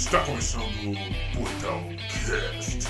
Está começando o Portal Cast.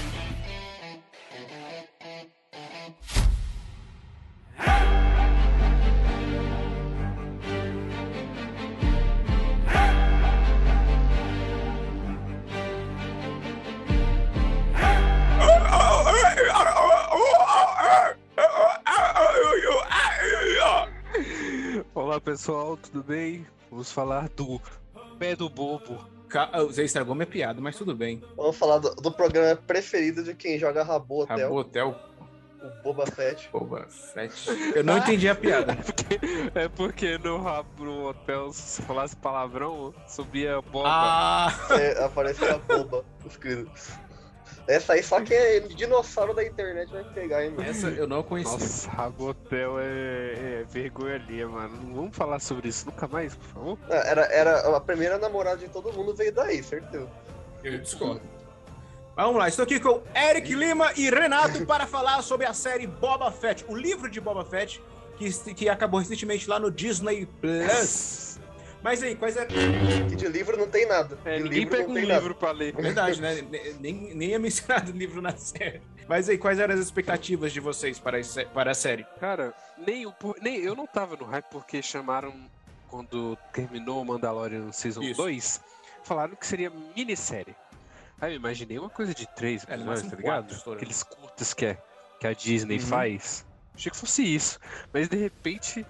Olá pessoal, tudo bem? Vamos falar do pé do bobo. Você estragou minha piada, mas tudo bem. Vamos falar do programa preferido de quem joga Rabotel, Rabotel, o Boba Fett. Boba Fett. Eu não entendi a piada. É porque no hotel, se falasse palavrão, subia boba. Apareceu a boba escrito. Essa aí só que é dinossauro da internet vai pegar, hein, mano? Essa eu não conhecia. Nossa, Rabotel é vergonha ali, mano. Não vamos falar sobre isso nunca mais, por favor? Era a primeira namorada de todo mundo veio daí, certeza. Eu discordo. Vamos lá, estou aqui com Eric Lima e Renato para falar sobre a série Boba Fett, o livro de Boba Fett, que acabou recentemente lá no Disney Plus. Mas aí, quais é... Que de livro não tem nada. Ninguém pega um livro pra ler. Verdade, né? Nem é mencionado livro na série. Mas aí, quais eram as expectativas de vocês para a série? Cara, nem eu não tava no hype porque chamaram, quando terminou o Mandalorian Season 2, falaram que seria minissérie. Aí eu imaginei uma coisa de 3 episódios, tá ligado? Aqueles curtas que a Disney faz. Achei que fosse isso. Mas de repente,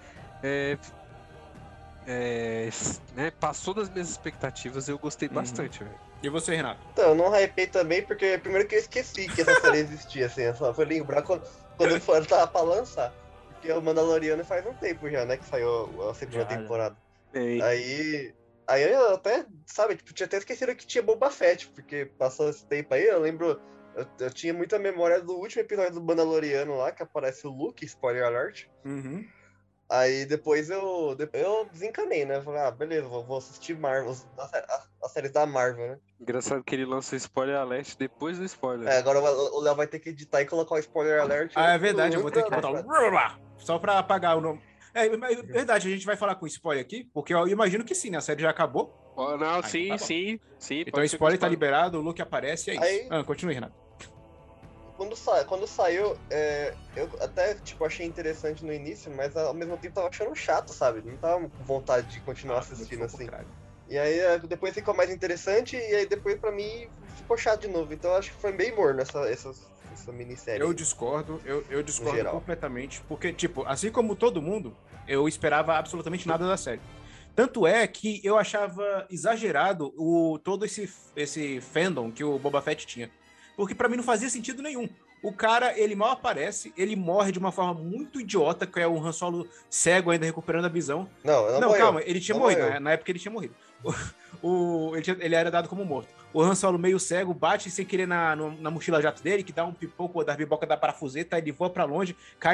né, passou das minhas expectativas e eu gostei bastante, velho. E você, Renato? Então, eu não hypei também, porque primeiro que eu esqueci que essa série existia, assim. Eu só fui lembrar quando eu tava pra lançar. Porque o Mandaloriano faz um tempo já, né, que saiu a segunda temporada. Aí eu até, sabe, tipo, tinha até esquecido que tinha Boba Fett, porque passou esse tempo aí, eu lembro, eu tinha muita memória do último episódio do Mandaloriano lá, que aparece o Luke, spoiler alert. Aí depois eu desencanei, né, falei, beleza, vou assistir Marvel, as séries da Marvel, né. Engraçado que ele lança o spoiler alert depois do spoiler. Agora o Léo vai ter que editar e colocar o spoiler alert. É verdade, eu vou ter que botar só pra apagar o nome. É verdade, a gente vai falar com spoiler aqui, porque eu imagino que sim, né? A série já acabou. Não, sim. Então o spoiler tá liberado, o Luke aparece, é isso. Continue, Renato. Quando saiu, eu até tipo, achei interessante no início, mas ao mesmo tempo tava achando chato, sabe? Não tava com vontade de continuar assistindo assim. E aí depois ficou mais interessante, e aí depois pra mim ficou chato de novo. Então eu acho que foi bem morno essa minissérie. Eu discordo completamente, porque, tipo, assim como todo mundo, eu esperava absolutamente nada da série. Tanto é que eu achava exagerado todo esse fandom que o Boba Fett tinha. Porque pra mim não fazia sentido nenhum. O cara, ele mal aparece, ele morre de uma forma muito idiota, que é o Han Solo cego ainda recuperando a visão. Não, calma, ele tinha morrido, né? Na época ele tinha morrido. Ele era dado como morto. O Han Solo meio cego, bate sem querer na mochila jato dele, que dá um pipoco da biboca da parafuseta, ele voa pra longe, cai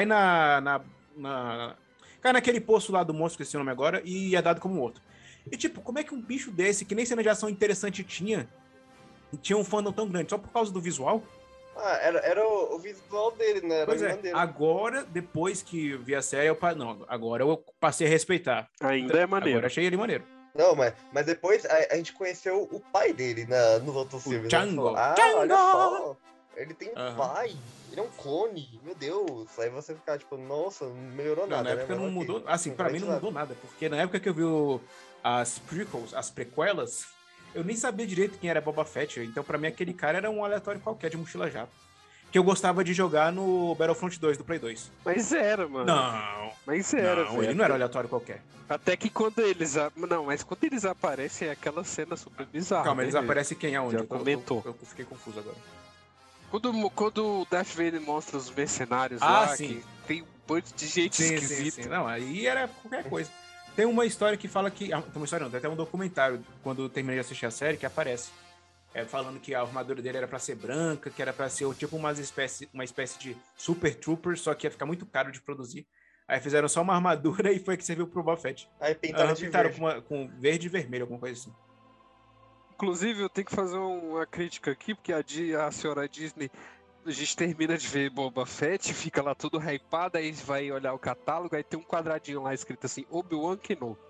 cai naquele poço lá do monstro, que esse nome agora, e é dado como morto. E tipo, como é que um bicho desse, que nem cena de ação interessante tinha um fandom tão grande, só por causa do visual? Era o visual dele, né? Pois é, agora, depois que vi a série, agora eu passei a respeitar. Ainda é maneiro. Agora achei ele maneiro. Não, mas depois a gente conheceu o pai dele nos outros filmes. Django. Olha só, ele tem pai, ele é um clone, meu Deus. Aí você fica tipo, nossa, não melhorou nada, na época não mudou, assim, pra mim não mudou nada, porque na época que eu vi as prequels, as prequelas, eu nem sabia direito quem era Boba Fett, então pra mim aquele cara era um aleatório qualquer de mochila jato. Que eu gostava de jogar no Battlefront 2 do Play 2. Mas era, mano. Não. Mas era, não, ele não era aleatório qualquer. Até que quando eles... Não, mas quando eles aparecem é aquela cena super bizarra. Calma, eles aparecem quem aonde? Já comentou. Eu fiquei confuso agora. Quando o Darth Vader mostra os mercenários lá, sim. Que tem um monte de gente esquisita. Sim. Não, aí era qualquer coisa. Tem uma história que fala que... Tem uma história não, tem até um documentário, quando eu terminei de assistir a série, que aparece. Falando que a armadura dele era pra ser branca, que era pra ser tipo uma espécie de Super Trooper, só que ia ficar muito caro de produzir. Aí fizeram só uma armadura e foi que serviu pro Boba Fett. Aí pintaram com verde e vermelho, alguma coisa assim. Inclusive, eu tenho que fazer uma crítica aqui, porque a senhora Disney, a gente termina de ver Boba Fett, fica lá tudo hypado, aí vai olhar o catálogo, aí tem um quadradinho lá escrito assim, Obi-Wan Kenobi.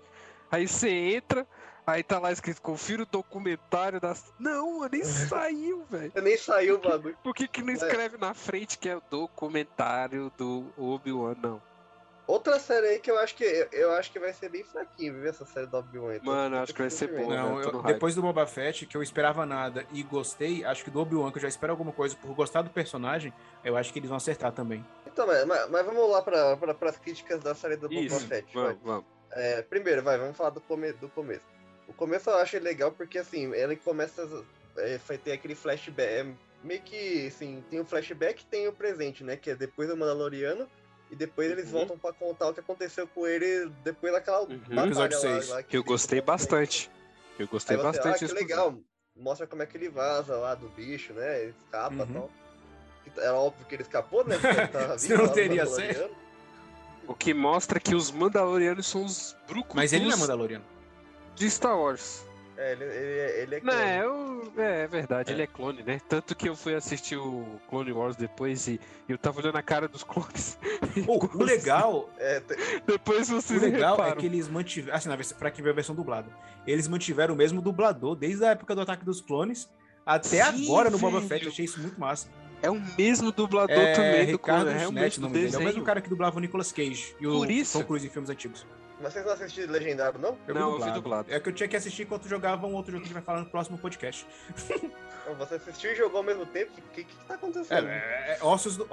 Aí você entra, aí tá lá escrito, confira o documentário das... Não, nem saiu, velho. Nem saiu o bagulho. Por que não escreve na frente que é o documentário do Obi-Wan, não? Outra série aí que eu acho que vai ser bem fraquinho, viu? Essa série do Obi-Wan. Mano, acho que vai ser bom. Não, depois do Boba Fett, que eu esperava nada e gostei, acho que do Obi-Wan, que eu já espero alguma coisa por gostar do personagem, eu acho que eles vão acertar também. Então, mas vamos lá para as críticas da série do Boba Fett. Vamos. Primeiro, vamos falar do começo. O começo eu acho legal porque, assim, ele começa... vai ter aquele flashback... meio que, assim, tem o flashback e tem o presente, né? Que é depois do Mandaloriano. E depois eles voltam pra contar o que aconteceu com ele depois daquela episódio 6. lá que eu gostei bastante. Eu gostei bastante disso. Que legal. Mostra como é que ele vaza lá do bicho, né? Ele escapa e tal. Era óbvio que ele escapou, né? Porque ele tava vivo, não teria certo. O que mostra que os Mandalorianos são os brucutus. Mas ele não é Mandaloriano. De Star Wars. Ele é clone. Não, é verdade, ele é clone, né? Tanto que eu fui assistir o Clone Wars depois e eu tava olhando a cara dos clones. O legal... Depois vocês O legal reparam. é que eles mantiveram... Assim, pra quem vê a versão dublada. Eles mantiveram o mesmo dublador desde a época do Ataque dos Clones até agora no Boba Fett. Eu achei isso muito massa. É o mesmo dublador também do Ricardo clone. Schnetti, não me engano. É o mesmo cara que dublava o Nicolas Cage e o Tom Cruise em filmes antigos. Mas vocês não assistiram legendado, não? Eu vi dublado. É que eu tinha que assistir enquanto jogava um outro jogo que a gente vai falar no próximo podcast. Você assistiu e jogou ao mesmo tempo? O que tá acontecendo? Ossos do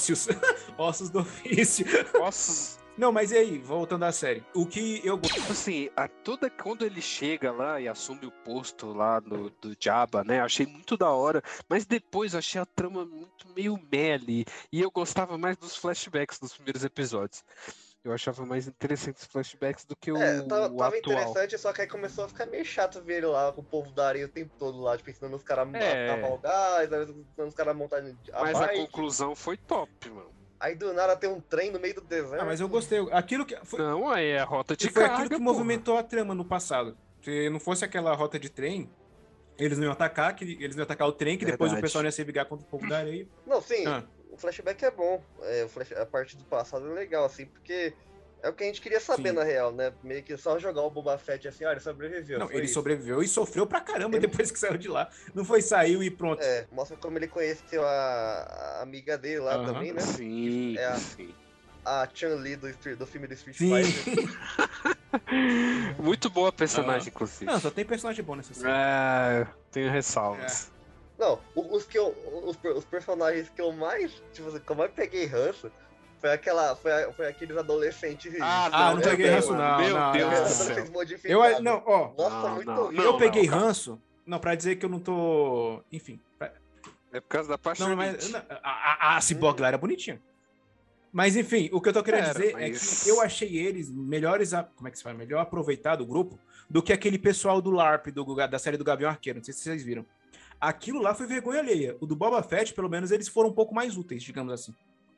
ofício. Ossos. Não, mas e aí, voltando à série. O que eu gostei... Assim, quando ele chega lá e assume o posto lá do Jabba, né? Achei muito da hora. Mas depois eu achei a trama meio mele. E eu gostava mais dos flashbacks dos primeiros episódios. Eu achava mais interessante os flashbacks do que o tava atual. Interessante, só que aí começou a ficar meio chato ver ele lá com o povo da areia o tempo todo lá, tipo, ensinando os caras a cavalgar, ensinando os caras a montar a Mas bike. A conclusão foi top, mano. Aí do nada tem um trem no meio do deserto. Mas eu gostei. Aquilo que... Não, aí é a rota de foi carga, aquilo que movimentou a trama no passado. Se não fosse aquela rota de trem, eles não iam atacar, o trem, que depois o pessoal ia se ligar contra o povo da areia. Não, sim. O flashback é bom. A parte do passado é legal, assim, porque é o que a gente queria saber, na real, né? Meio que só jogar o Boba Fett assim, ele sobreviveu. Não, ele sobreviveu e sofreu pra caramba depois que saiu de lá. Não foi, saiu e pronto. Mostra como ele conheceu a amiga dele lá também, né? Sim, a Chun-Li do filme do Street Fighter. Muito boa a personagem, inclusive. Não, só tem personagem bom nessa série. Tenho ressalvas. Não, os personagens que eu mais, tipo assim, que eu mais peguei ranço foi aqueles adolescentes. Não peguei ranço, não. Meu Deus do céu. Nossa, muito ruim. Eu peguei ranço. Não, pra dizer que eu não tô. Enfim. É por causa da paixão. Não, mas. A Cyborg lá era bonitinha. Mas enfim, o que eu tô querendo dizer é que eu achei eles melhores. Como é que se fala? Melhor aproveitado o grupo do que aquele pessoal do LARP, da série do Gavião Arqueiro. Não sei se vocês viram. Aquilo lá foi vergonha alheia. O do Boba Fett, pelo menos, eles foram um pouco mais úteis, digamos assim.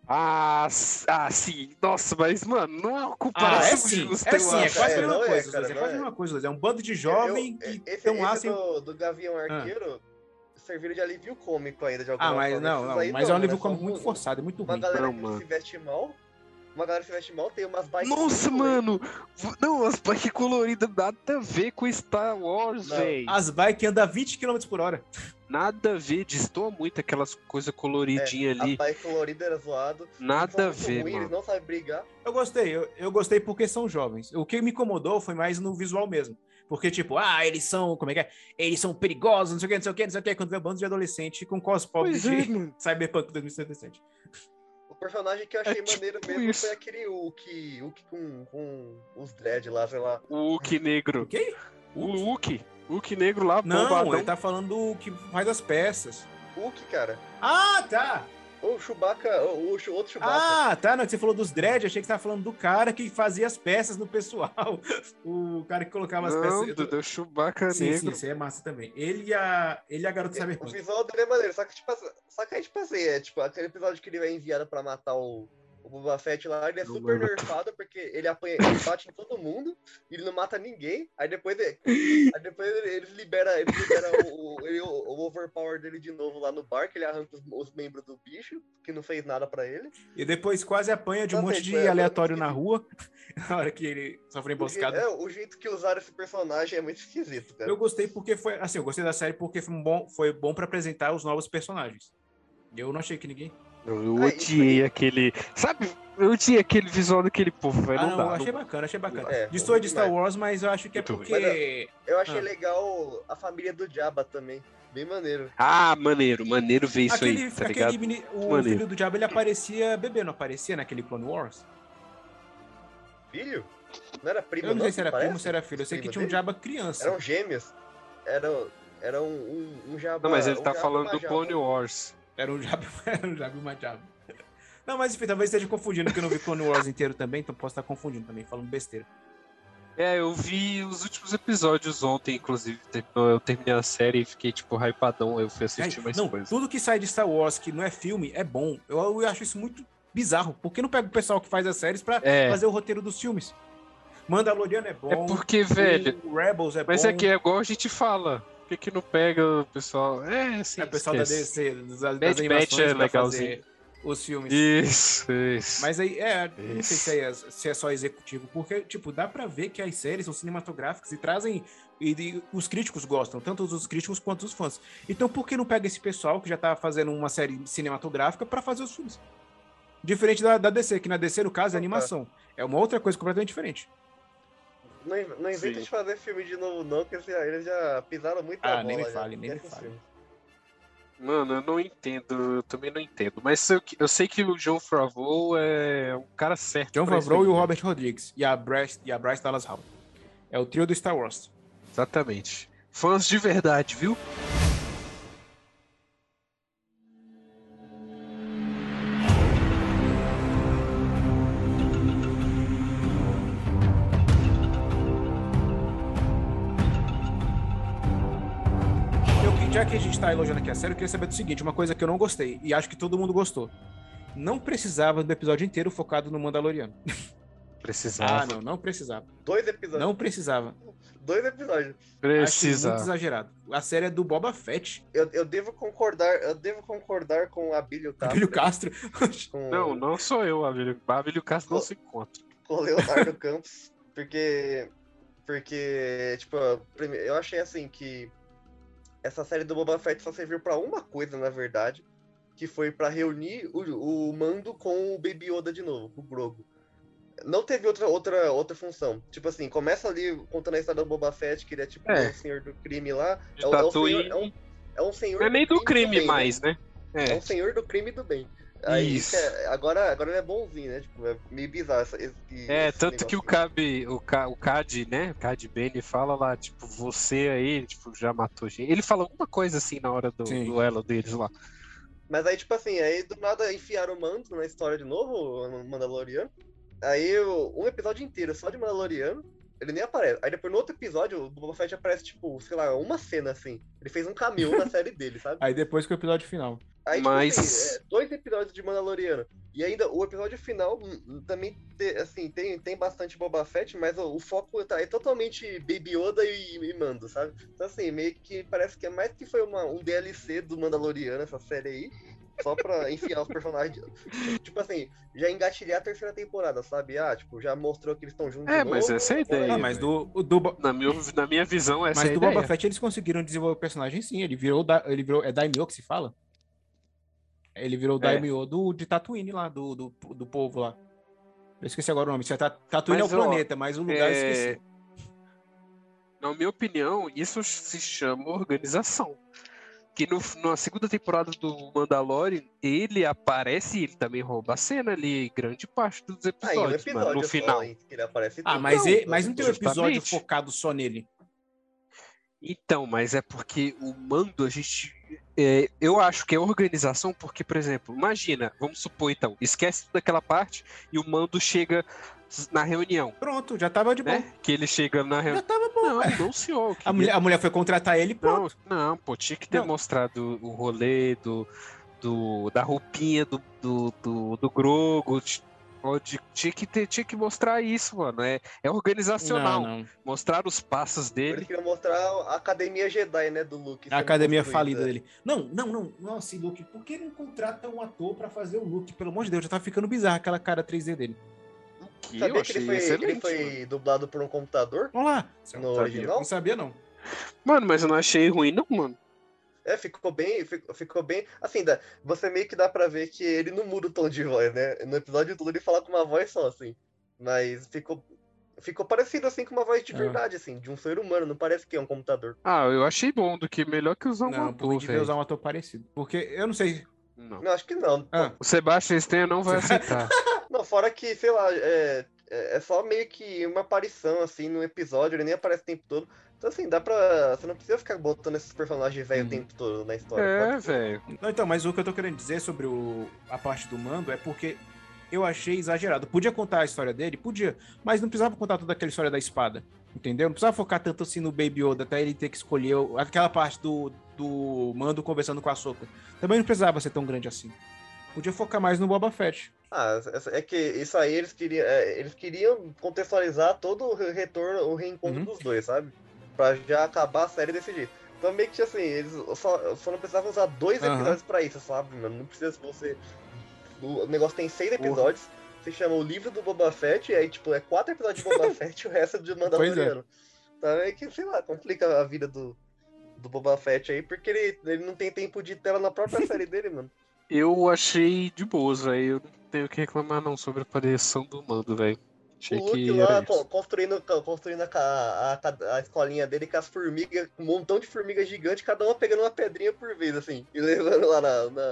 Sim. Nossa, mas, mano, não é uma comparação justa. É quase a mesma coisa. É quase a mesma coisa. É um bando de jovens que estão lá sem... do Gavião Arqueiro serviram de alívio cômico ainda, de alguma forma. Mas é um alívio cômico muito forçado, é muito ruim. Uma galera que se veste mal, tem umas bikes... Nossa, mano! Não, as bikes coloridas nada a ver com Star Wars, velho. As bikes andam a 20 km por hora. Nada a ver, destoa muito aquelas coisas coloridinhas ali. A bike colorida era zoado. Nada a ver, mano. Eles não sabem brigar. Eu gostei porque são jovens. O que me incomodou foi mais no visual mesmo. Porque, tipo, eles são, como é que é? Eles são perigosos, não sei o que. Quando vê um bando de adolescente com cosplay de Cyberpunk 2077. O personagem que eu achei maneiro mesmo foi aquele Uki com os dread lá, sei lá. O Uki negro. O quê? O Uki negro lá, não, bombadão. Ele tá falando do que faz as peças. Uki, cara. Tá. O Chewbacca, o outro Chewbacca. Tá, não, que você falou dos dread, achei que você tava falando do cara que fazia as peças no pessoal. O cara que colocava as peças... Não, do Chewbacca negro. Sim, isso aí é massa também. Ele e a garota Cyberpunk. O visual dele é maneiro, só que aí, tipo assim, aquele episódio que ele é enviado pra matar o O Boba Fett lá, ele é super nerfado porque ele apanha, ele bate em todo mundo, ele não mata ninguém, aí depois eles liberam o overpower dele de novo lá no bar, que ele arranca os membros do bicho, que não fez nada pra ele. E depois quase apanha de um monte de aleatório na rua, na hora que ele sofre emboscada. O jeito que usaram esse personagem é muito esquisito, cara. Eu gostei porque foi, assim, eu gostei da série porque foi bom pra apresentar os novos personagens. Eu não achei que ninguém... Eu odiei aquele... Sabe? Eu odiei aquele visual daquele povo, velho. Eu achei bacana. Distou de Star Wars, mas eu acho que é porque... Eu achei legal a família do Jabba também. Bem maneiro. Ah, maneiro ver isso aí, tá ligado? O filho do Jabba, ele aparecia bebê, não aparecia naquele Clone Wars? Filho? Não era primo, eu não sei se era primo ou se era filho. Eu sei que tinha um Jabba criança. Eram gêmeos. Era um Jabba... Não, mas ele tá falando do Clone Wars. Era um Jabba e uma Jabba. Não, mas enfim, talvez esteja confundindo, porque eu não vi Clone Wars inteiro também, então posso estar confundindo também, falando besteira. Eu vi os últimos episódios ontem, inclusive. Eu terminei a série e fiquei, tipo, hypadão. Eu fui assistir mais coisas. Tudo que sai de Star Wars que não é filme é bom. Eu acho isso muito bizarro. Por que não pega o pessoal que faz as séries pra fazer o roteiro dos filmes? Mandaloriano é bom. É porque, velho... O Rebels é bom. Mas é que é igual a gente fala. Por que não pega o pessoal? Assim, o pessoal da DC, das animações é legalzinho. Os filmes. Isso. Mas aí, não sei se é só executivo, porque, tipo, dá pra ver que as séries são cinematográficas e trazem... E os críticos gostam, tanto os críticos quanto os fãs. Então, por que não pega esse pessoal que já tá fazendo uma série cinematográfica pra fazer os filmes? Diferente da DC, que na DC, no caso, é animação. É uma outra coisa completamente diferente. Não inventa de fazer filme de novo, não, porque eles já pisaram muito a bola. Nem me fale. Mano, eu não entendo, eu também não entendo. Mas eu sei que o Jon Favreau é um cara certo. Jon Favreau e o Robert Rodrigues. E a Bryce Dallas Howard. É o trio do Star Wars. Exatamente. Fãs de verdade, viu? Já que a gente tá elogiando aqui a série, eu queria saber do seguinte, uma coisa que eu não gostei, e acho que todo mundo gostou. Não precisava do episódio inteiro focado no Mandaloriano. Precisava. Não precisava. 2 episódios. Não precisava. 2 episódios. Precisava. Muito exagerado. A série é do Boba Fett. Eu devo concordar com o Abílio Castro. Não sou eu, Abílio Castro não se encontra. Com o Leonardo Campos, porque, tipo, eu achei assim que essa série do Boba Fett só serviu pra uma coisa, na verdade, que foi pra reunir o Mando com o Baby Yoda de novo, o Grogu. Não teve outra função. Tipo assim, começa ali contando a história do Boba Fett, que ele é tipo o senhor do crime lá. É um senhor não é nem do crime bem, mais, né? É um senhor do crime e do bem. Aí, agora ele é bonzinho, né? Tipo, é meio bizarro esse tanto que o Cad, né? O Cad Bane fala lá, tipo, você aí, tipo, já matou gente. Ele fala alguma coisa assim na hora do duelo deles lá. Mas aí, tipo assim, aí do nada enfiaram o Mando na história de novo, no Mandaloriano. Aí um episódio inteiro só de Mandaloriano, ele nem aparece. Aí depois no outro episódio, o Boba Fett aparece, tipo, sei lá, uma cena assim. Ele fez um cameo na série dele, sabe? Aí depois que o episódio final. Aí, tipo assim, 2 episódios de Mandaloriano. E ainda o episódio final também tem bastante Boba Fett, mas o foco é totalmente Baby Yoda e Mando, sabe? Então assim, meio que parece que é mais que foi um DLC do Mandaloriano, essa série aí. Só pra enfiar os personagens. Tipo assim, já engatilhar a 3ª temporada, sabe? Tipo, já mostrou que eles estão juntos. Mas essa é a ideia. Mas na minha visão, essa é a ideia. Mas do Boba Fett eles conseguiram desenvolver o personagem sim. Ele virou. É Daimyo que se fala? Ele virou o Daimyo de Tatooine lá, do povo lá. Eu esqueci agora o nome. Tatooine é o planeta, mas o lugar eu esqueci. Na minha opinião, isso se chama organização. Que na 2ª temporada do Mandalorian, ele aparece e ele também rouba a cena ali, grande parte dos episódios, mano, no final. Que ele aparece mas não tem um episódio focado só nele. Então, mas é porque o Mando, a gente... eu acho que é organização porque, por exemplo, imagina, vamos supor então, esquece toda aquela parte e o Mando chega na reunião. Pronto, já tava de boa. Né? Que ele chega na reunião. Já tava bom. Não, senhor. A mulher foi contratar ele, pronto. Não, tinha que ter mostrado o rolê da roupinha do Grogu. Tinha que mostrar isso, mano. É organizacional. Não. Mostrar os passos dele. Ele queria mostrar a academia Jedi, né, do Luke. A academia falida dele. Não. Nossa, Luke, por que não contrata um ator pra fazer o Luke? Pelo amor de Deus, já tá ficando bizarro aquela cara 3D dele. Sabia que ele foi dublado por um computador? Vamos lá. No original? Não sabia, não. Mano, mas eu não achei ruim, não, mano. Ficou bem. Assim, você meio que dá pra ver que ele não muda o tom de voz, né? No episódio todo ele fala com uma voz só, assim. Mas ficou parecido, assim, com uma voz de verdade, assim, de um ser humano. Não parece que é um computador. Eu achei bom, do que melhor que usar um ator, velho. Usar um ator parecido. Porque eu não sei. Não, acho que não. O Sebastian Stan não vai aceitar. Não, fora que, sei lá, é só meio que uma aparição, assim, no episódio. Ele nem aparece o tempo todo. Então, assim, dá pra... Você não precisa ficar botando esses personagens velhos o tempo todo na história. Velho. Não, então, mas o que eu tô querendo dizer sobre a parte do Mando é porque eu achei exagerado. Podia contar a história dele? Podia. Mas não precisava contar toda aquela história da espada. Entendeu? Não precisava focar tanto assim no Baby Yoda até ele ter que escolher aquela parte do Mando conversando com a Ahsoka. Também não precisava ser tão grande assim. Podia focar mais no Boba Fett. É que isso aí eles queriam contextualizar todo o retorno, o reencontro dos dois, sabe? Pra já acabar a série desse jeito. Então meio que assim, eles só não precisavam usar 2 episódios pra isso, sabe, mano? Não precisa você... O negócio tem 6 episódios, se chama o livro do Boba Fett, e aí tipo, é 4 episódios de Boba Fett e o resto é de Mandaloriano. Então é que, sei lá, complica a vida do Boba Fett aí, porque ele não tem tempo de tela na própria série dele, mano. Eu achei de boas, velho. Eu não tenho o que reclamar não sobre a aparição do Mando, velho. O Luke lá construindo a escolinha dele com as formigas, um montão de formigas gigantes, cada uma pegando uma pedrinha por vez, assim, e levando lá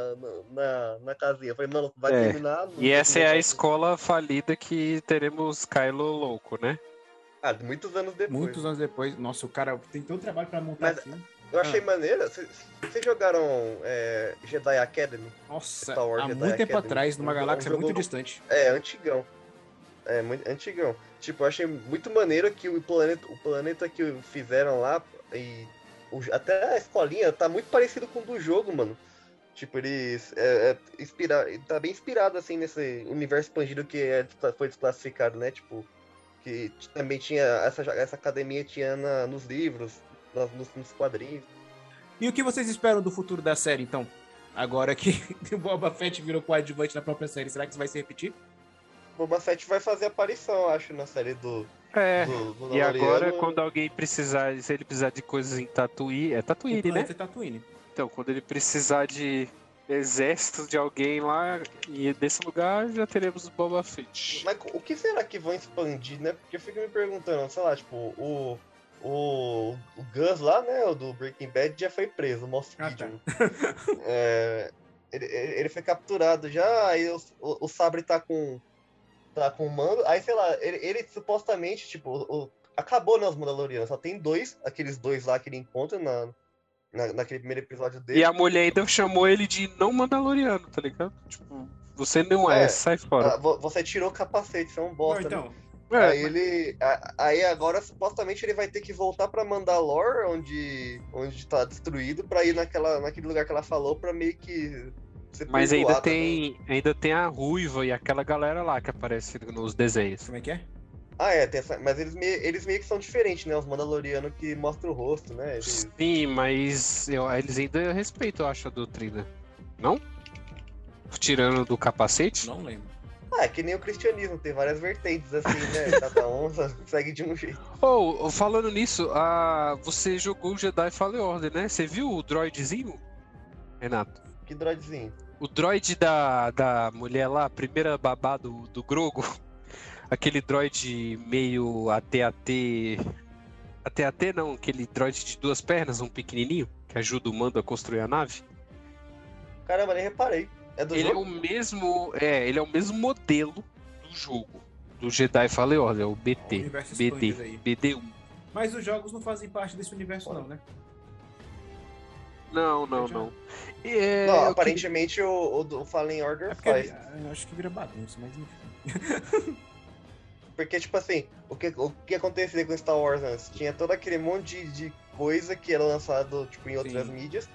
na casinha. Eu falei, mano, vai terminar. E essa é a escola falida que teremos Kylo louco, né? Muitos anos depois. Muitos anos depois. Nossa, o cara tem todo trabalho pra montar assim. Eu achei maneiro. Vocês jogaram Jedi Academy? Nossa, há muito tempo atrás, numa galáxia muito distante. Antigão. Muito antigão. Tipo, eu achei muito maneiro que o planeta que fizeram lá, e até a escolinha, tá muito parecido com o do jogo, mano. Tipo, eles tá bem inspirado, assim, nesse universo expandido que foi desclassificado, né? Tipo, que também tinha, essa academia tinha nos livros, nos quadrinhos. E o que vocês esperam do futuro da série, então? Agora que o Boba Fett virou coadjuvante na própria série, será que isso vai se repetir? Boba Fett vai fazer aparição, acho, na série do e agora, quando alguém precisar, se ele precisar de coisas em Tatooine, é Tatooine, né? É Tatooine. Então, quando ele precisar de exército de alguém lá, e desse lugar, já teremos o Boba Fett. Mas o que será que vão expandir, né? Porque eu fico me perguntando, sei lá, tipo, o Gus lá, né, o do Breaking Bad, já foi preso, o Moff Gideon. Ele foi capturado já, aí o Sabre tá com o Mando, aí sei lá, ele supostamente, tipo, acabou, né, os Mandalorianos, só tem aqueles dois lá que ele encontra naquele primeiro episódio dele. E a mulher ainda chamou ele de não Mandaloriano, tá ligado? Tipo, você não sai fora. Você tirou o capacete, você é um bosta, então. né? Aí agora supostamente ele vai ter que voltar pra Mandalore, onde tá destruído, pra ir naquele lugar que ela falou, pra meio que ser Mas perdoado, ainda tem a Ruiva e aquela galera lá que aparece nos desenhos. Como é que é? Mas eles meio que são diferentes, né? Os Mandalorianos que mostram o rosto, né? Sim, mas eles ainda respeitam, eu acho, a doutrina. Não? Tirando do capacete? Não lembro. É que nem o cristianismo, tem várias vertentes, assim, né? Cada um segue de um jeito. Falando nisso, você jogou o Jedi Fallen Order, né? Você viu o droidzinho, Renato? Que droidzinho? O droid da mulher lá, a primeira babá do Grogu. Aquele droid meio AT-AT... AT-AT não, aquele droid de 2 pernas, um pequenininho, que ajuda o Mando a construir a nave. Caramba, nem reparei. É do jogo? Ele é o mesmo modelo do jogo, do Jedi Fallen Order, o BT, BD1. Mas os jogos não fazem parte desse universo não, né? Não. Não, aparentemente o Fallen Order faz. Eu acho que vira bagunça, mas enfim. Porque, tipo assim, o que acontecia com Star Wars antes? Tinha todo aquele monte de coisa que era lançado, tipo, em outras mídias.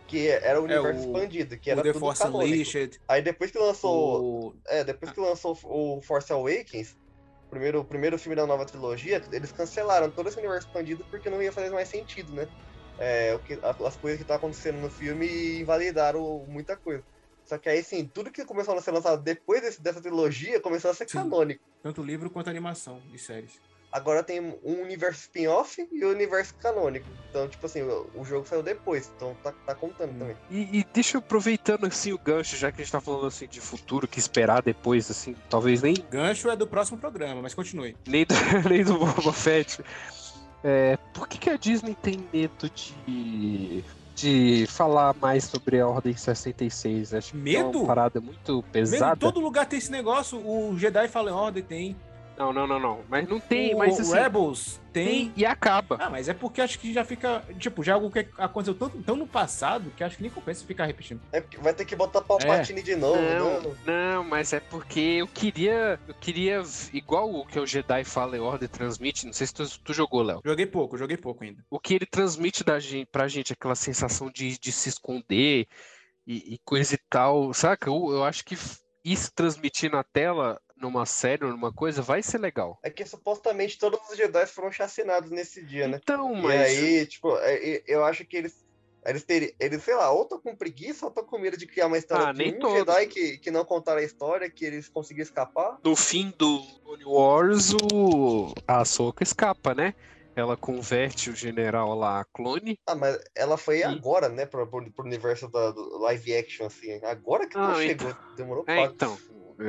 que era o universo expandido, que era The tudo Force canônico. Unleashed. Aí depois que lançou o Force Awakens, o primeiro filme da nova trilogia, eles cancelaram todo esse universo expandido porque não ia fazer mais sentido, né? As coisas que estavam acontecendo no filme invalidaram muita coisa. Só que aí, sim, tudo que começou a ser lançado depois dessa trilogia começou a ser canônico. Tanto livro quanto animação e séries. Agora tem um universo spin-off e o universo canônico. Então, tipo assim, o jogo saiu depois, então tá contando também. E deixa eu aproveitando assim o gancho, já que a gente tá falando assim de futuro, que esperar depois, assim, talvez nem... Gancho é do próximo programa, mas continue. Nem do Boba Fett. Por que a Disney tem medo de falar mais sobre a Ordem 66? Acho que é uma parada muito pesada. Medo, em todo lugar tem esse negócio, o Jedi Fallen Order tem. Não. Mas não tem, mas assim... Rebels tem e acaba. Ah, mas é porque acho que já fica... Tipo, já é algo que aconteceu tão no passado que acho que nem compensa ficar repetindo. É porque vai ter que botar Palpatine de novo, Não, mas é porque eu queria... Igual o que o Jedi Fallen Order transmite, não sei se tu jogou, Léo. Joguei pouco ainda. O que ele transmite pra gente, aquela sensação de se esconder e coisa e tal, saca? Eu acho que isso transmitir na tela... numa série ou numa coisa, vai ser legal. É que supostamente todos os Jedi foram chacinados nesse dia, né? Então, mas... E aí, tipo, eu acho que eles sei lá, ou estão com preguiça ou estão com medo de criar uma história de Jedi que não contaram a história, que eles conseguiram escapar. No fim do Clone Wars, a Ahsoka escapa, né? Ela converte o general lá a clone. Ah, mas ela foi agora, né? Pro universo do live action, assim. Agora que ela chegou. Demorou quase. Então,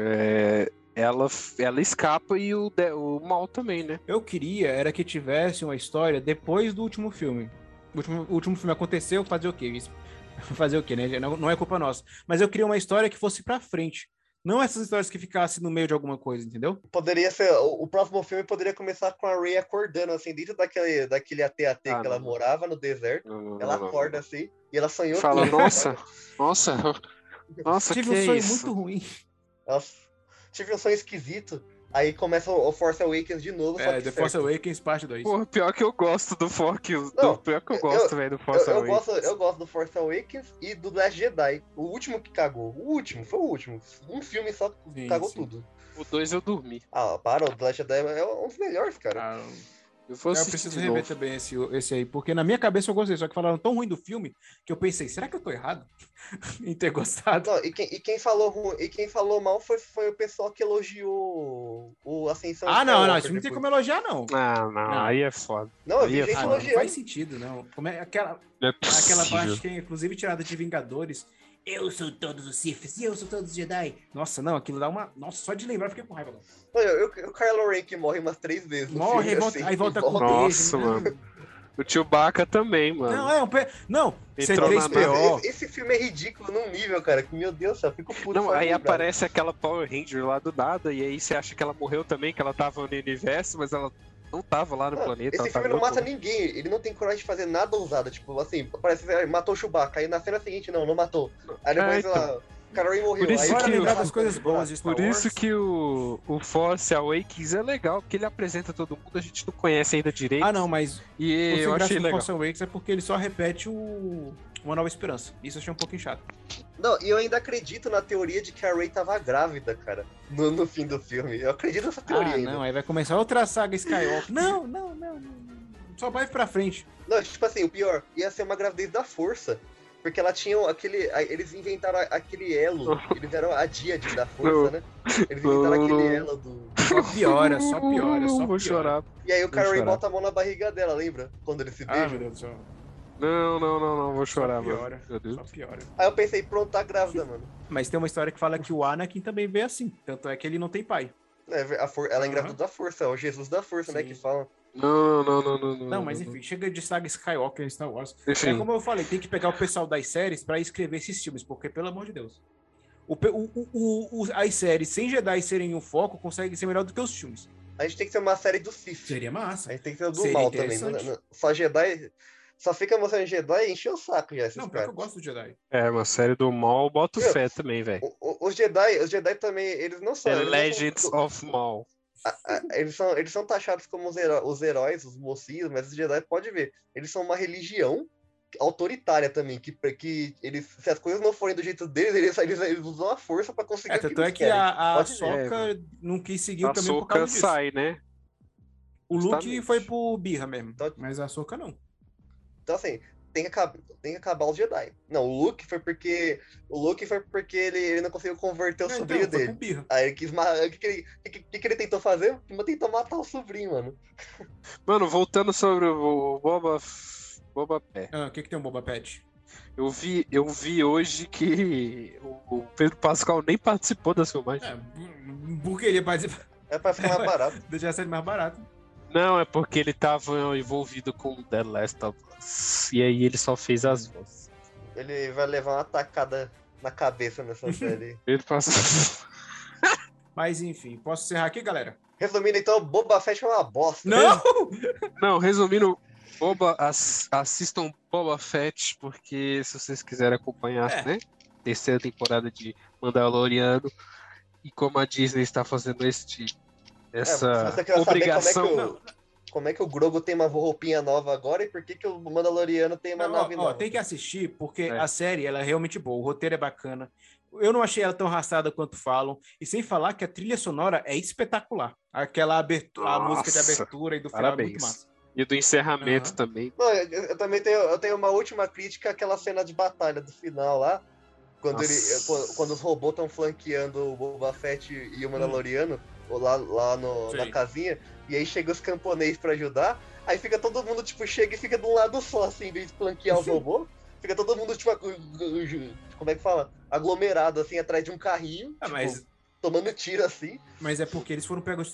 ela escapa e o Maul também, né? Eu queria era que tivesse uma história depois do último filme. O último filme aconteceu, fazer o quê? Fazer o quê, né? Não é culpa nossa. Mas eu queria uma história que fosse pra frente. Não essas histórias que ficassem no meio de alguma coisa, entendeu? Poderia ser... O próximo filme poderia começar com a Rey acordando, assim, dentro daquele AT-AT que ela morava no deserto. Ela acorda, assim, e ela sonhou fala, nossa, tive um sonho muito ruim. Nossa, tive um sonho esquisito. Aí começa o Force Awakens de novo. Só que The Force Awakens parte 2. Porra, pior que eu gosto do Force Awakens. Eu gosto do Force Awakens e do Last Jedi. O último que cagou. Foi o último. Um filme só cagou tudo. O 2 eu dormi. Ah, para, o Last Jedi é um dos melhores, cara. Eu preciso rever também esse aí, porque na minha cabeça eu gostei, só que falaram tão ruim do filme que eu pensei, será que eu tô errado em ter gostado? Não, e quem falou mal foi o pessoal que elogiou o Ascensão. Não, isso não tem como elogiar, não. Não, aí é foda. Não, eu vi gente elogiando. Não faz sentido, não. Como é aquela parte que é inclusive tirada de Vingadores. Eu sou todos os Siths e eu sou todos os Jedi. Nossa, não, aquilo dá uma... Nossa, só de lembrar eu fiquei com raiva. O Kylo Ren que morre umas 3 vezes. Morre, aí volta com o Nossa, mano. O Chewbacca também, mano. Não, C3PO. Esse filme é ridículo num nível, cara, que, meu Deus do céu, eu fico puto. Não, aí aparece aquela Power Ranger lá do nada, e aí você acha que ela morreu também, que ela tava no universo, mas ela não tava lá no planeta. Esse filme não mata ninguém, ele não tem coragem de fazer nada ousado, tipo, assim, parece que matou o Chewbacca, aí na cena seguinte, não matou. Aí depois ela... O cara morreu. Por isso aí que lembrar das coisas boas de Star Por Wars. isso que o Force Awakens é legal, porque ele apresenta todo mundo, a gente não conhece ainda direito. Não, mas e eu achei legal. O Force Awakens é porque ele só repete Uma Nova Esperança. Isso eu achei um pouquinho chato. Não, e eu ainda acredito na teoria de que a Rey tava grávida, cara, no fim do filme. Eu acredito nessa teoria ainda. Não, aí vai começar outra saga Skywalker. Não. Só vai pra frente. Não, tipo assim, o pior, ia ser uma gravidez da força. Porque ela tinha eles inventaram aquele elo, eles eram a díade da força, né? Eles inventaram aquele elo do... Só piora. Vou chorar. E aí o Kylo bota a mão na barriga dela, lembra? Quando eles se beijam. Meu Deus do céu. Não, vou chorar, mano. Só piora. Aí eu pensei, pronto, tá grávida, mano. Mas tem uma história que fala que o Anakin também veio assim. Tanto é que ele não tem pai. Ela é engravidou da força, é o Jesus da força, né, que fala. Não, mas enfim, chega de saga Skywalker em Star Wars. Enfim. É como eu falei, tem que pegar o pessoal das séries pra escrever esses filmes, porque, pelo amor de Deus, as séries sem Jedi serem o foco conseguem ser melhor do que os filmes. A gente tem que ter uma série do Sith. Seria massa. A gente tem que ter do mal também. Só Jedi... Só fica mostrando Jedi e encher o saco já. Não, porque eu gosto do Jedi. Uma série do mal, eu boto fé também, velho. Os Jedi também, eles não são... Legends of Maul. Eles são taxados como os heróis, os mocinhos, mas os Jedi, pode ver, eles são uma religião autoritária também, que eles, se as coisas não forem do jeito deles, eles usam a força pra conseguir tanto é que a Ahsoka não quis seguir o caminho por causa disso. Sai, né? O Luke foi pro birra mesmo, mas a Ahsoka não. Então, assim, tem que acabar os Jedi. Não, o Luke foi porque ele não conseguiu converter o sobrinho dele. Aí ele quis o que ele tentou fazer? Tentou matar o sobrinho, mano. Mano, voltando sobre o Boba Fett. O que tem um Boba Fett? Eu vi hoje que o Pedro Pascal nem participou das filmagens. Porque ele participa. É pra ficar mais barato. Deixar a série mais barato. Não, é porque ele tava envolvido com The Last of Us. E aí ele só fez as vozes. Ele vai levar uma tacada na cabeça nessa série. Pedro Pascal. Mas enfim, posso encerrar aqui, galera? Resumindo, então, Boba Fett é uma bosta. Não, resumindo, assistam Boba Fett, porque se vocês quiserem acompanhar, né? Terceira temporada de Mandaloriano. E como a Disney está fazendo essa obrigação. Como é que o Grogu tem uma roupinha nova agora e por que o Mandaloriano tem uma nave nova? Tem que assistir, porque a série ela é realmente boa, o roteiro é bacana. Eu não achei ela tão arrastada quanto falam. E sem falar que a trilha sonora é espetacular. Aquela abertura, a música de abertura e do final é muito massa. E do encerramento também. Não, eu também tenho uma última crítica àquela cena de batalha do final lá. Quando os robôs estão flanqueando o Boba Fett e o Mandaloriano, lá na casinha, e aí chega os camponeses pra ajudar, aí fica todo mundo, chega e fica de um lado só, assim, em vez de flanquear os robôs, fica todo mundo, como é que fala? Aglomerado, assim, atrás de um carrinho, tomando tiro, assim. Mas é porque eles foram pegos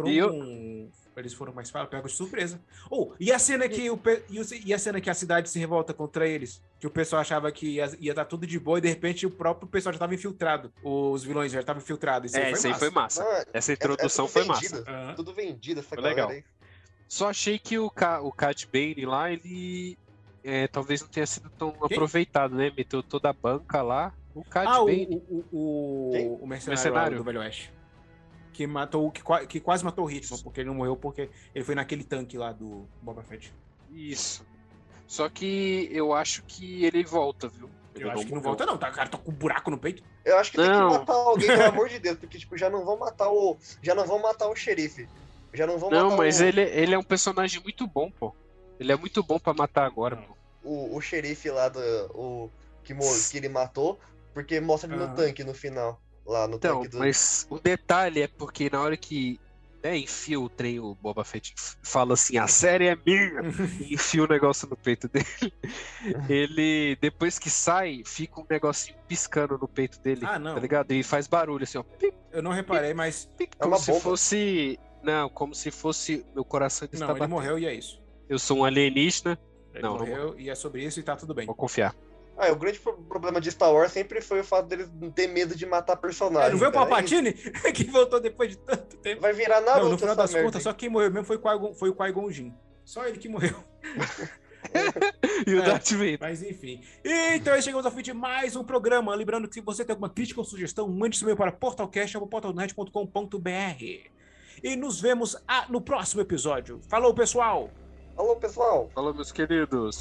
de surpresa. E a cena que a cidade se revolta contra eles? Que o pessoal achava que ia dar tudo de boa e de repente o próprio pessoal já estava infiltrado. Os vilões já estavam infiltrados. Isso aí foi massa. Essa introdução foi massa. Tudo vendido, essa galera aí. Só achei que o Cad Bane lá, ele talvez não tenha sido tão aproveitado, né? Meteu toda a banca lá. O Cad Bane. O mercenário do Velho Oeste. Que quase matou o Hitman, porque ele não morreu porque ele foi naquele tanque lá do Boba Fett. Isso. Só que eu acho que ele volta, viu? Eu acho que não volta não, tá? O cara tá com um buraco no peito. Eu acho que tem que matar alguém, pelo amor de Deus, porque já não vão matar o xerife. Mas ele é um personagem muito bom, pô. Ele é muito bom pra matar agora, pô. O xerife lá que ele matou, porque mostra ele no tanque no final. Lá no tanque do... Mas o detalhe é porque na hora que enfia o trem, o Boba Fett fala assim, a série é minha, e enfia o negócio no peito dele. Ele, depois que sai, fica um negocinho piscando no peito dele, tá ligado? E faz barulho assim, ó. Eu não reparei, mas... Como se fosse... Não, como se fosse meu coração está batendo. Ele morreu e é isso. Eu sou um alienígena. Ele morreu e é sobre isso e tá tudo bem. Vou confiar. O grande problema de Star Wars sempre foi o fato deles não ter medo de matar personagens. Não veio o Palpatine? Que voltou depois de tanto tempo. Vai virar Naruto. No final das contas, só quem morreu mesmo foi o Qui-Gon Jinn. Só ele que morreu. E o Darth Vader. Mas enfim. Então chegamos ao fim de mais um programa. Lembrando que se você tem alguma crítica ou sugestão, mande seu e-mail para portalcast@portalnet.com.br. E nos vemos no próximo episódio. Falou, pessoal! Falou, pessoal! Falou, meus queridos!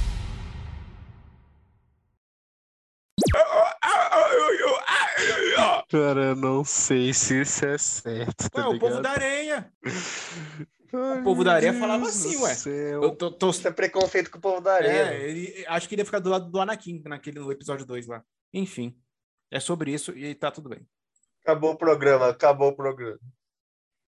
Cara, eu não sei se isso é certo. Tá o povo da areia. O povo da areia falava assim, ué. Isso é preconceito com o povo da areia. Acho que ele ia ficar do lado do Anakin no episódio 2 lá. Enfim, é sobre isso e tá tudo bem. Acabou o programa.